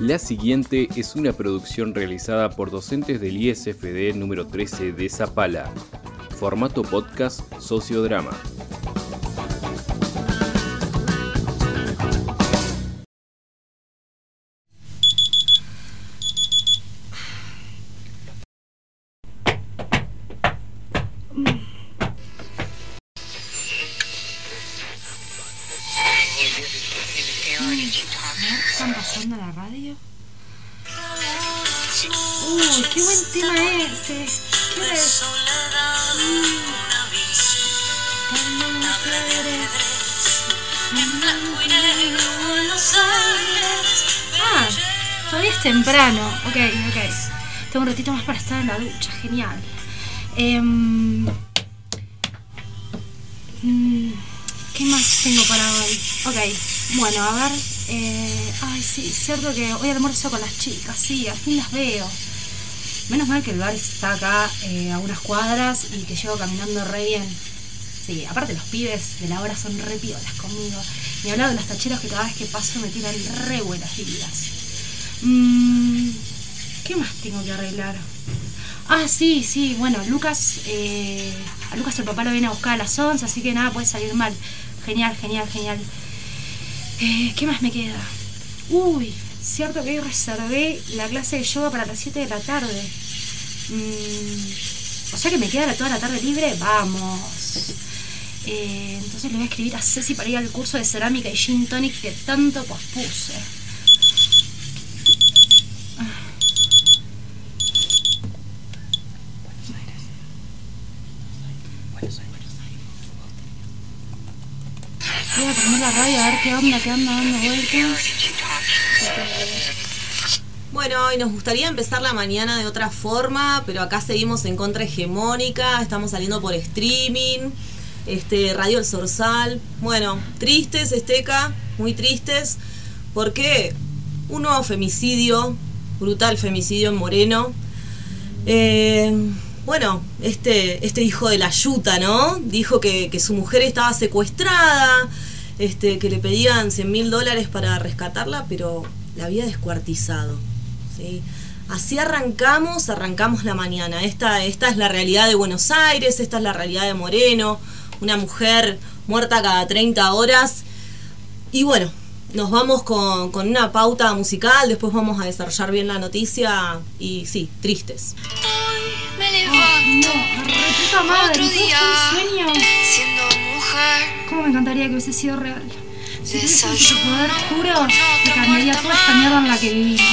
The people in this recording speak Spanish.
La siguiente es una producción realizada por docentes del ISFD número 13 de Zapala. Formato podcast Sociodrama. ¿Están pasando a la radio? Uy, qué buen tema ese. ¿Qué hora es? Ah, todavía es temprano. Ok. Tengo un ratito más para estar en la ducha. Genial. ¿Qué más tengo para hoy? Ok, bueno, a ver. Ay, sí, es cierto que hoy almuerzo con las chicas. Sí, al fin las veo. Menos mal que el bar está acá a unas cuadras y que llego caminando re bien. Sí, aparte los pibes de la hora son re piolas conmigo. Ni hablar de los tacheros que cada vez que paso me tiran re buenas vidas. ¿Qué más tengo que arreglar? Ah, sí, bueno, a Lucas el papá lo viene a buscar a las 11, así que nada puede salir mal. Genial. ¿Qué más me queda? Uy, cierto que hoy reservé la clase de yoga para las 7 de la tarde. O sea que me queda toda la tarde libre. Vamos. Entonces le voy a escribir a Ceci para ir al curso de cerámica y gin tonic que tanto pospuse. Voy a poner la radio a ver qué onda, dando vueltas. Bueno, y nos gustaría empezar la mañana de otra forma, pero acá seguimos en Contrahegemónica, estamos saliendo por streaming, Radio El Zorzal. Bueno, tristes, Esteca, muy tristes, porque un nuevo femicidio, brutal femicidio en Moreno. Bueno, este hijo de la yuta, ¿no? Dijo que su mujer estaba secuestrada, que le pedían $100.000 para rescatarla, pero la había descuartizado, ¿sí? Así arrancamos la mañana. Esta es la realidad de Buenos Aires, esta es la realidad de Moreno, una mujer muerta cada 30 horas. Y bueno, nos vamos con una pauta musical, después vamos a desarrollar bien la noticia y sí, tristes. Me levanto, puta madre, otro día, fue un sueño. siendo mujer. Cómo me encantaría que hubiese sido real. Si tuviese ese Desayuno poder, juro con que otra cambiaría muerta toda esta mierda en la que vivimos.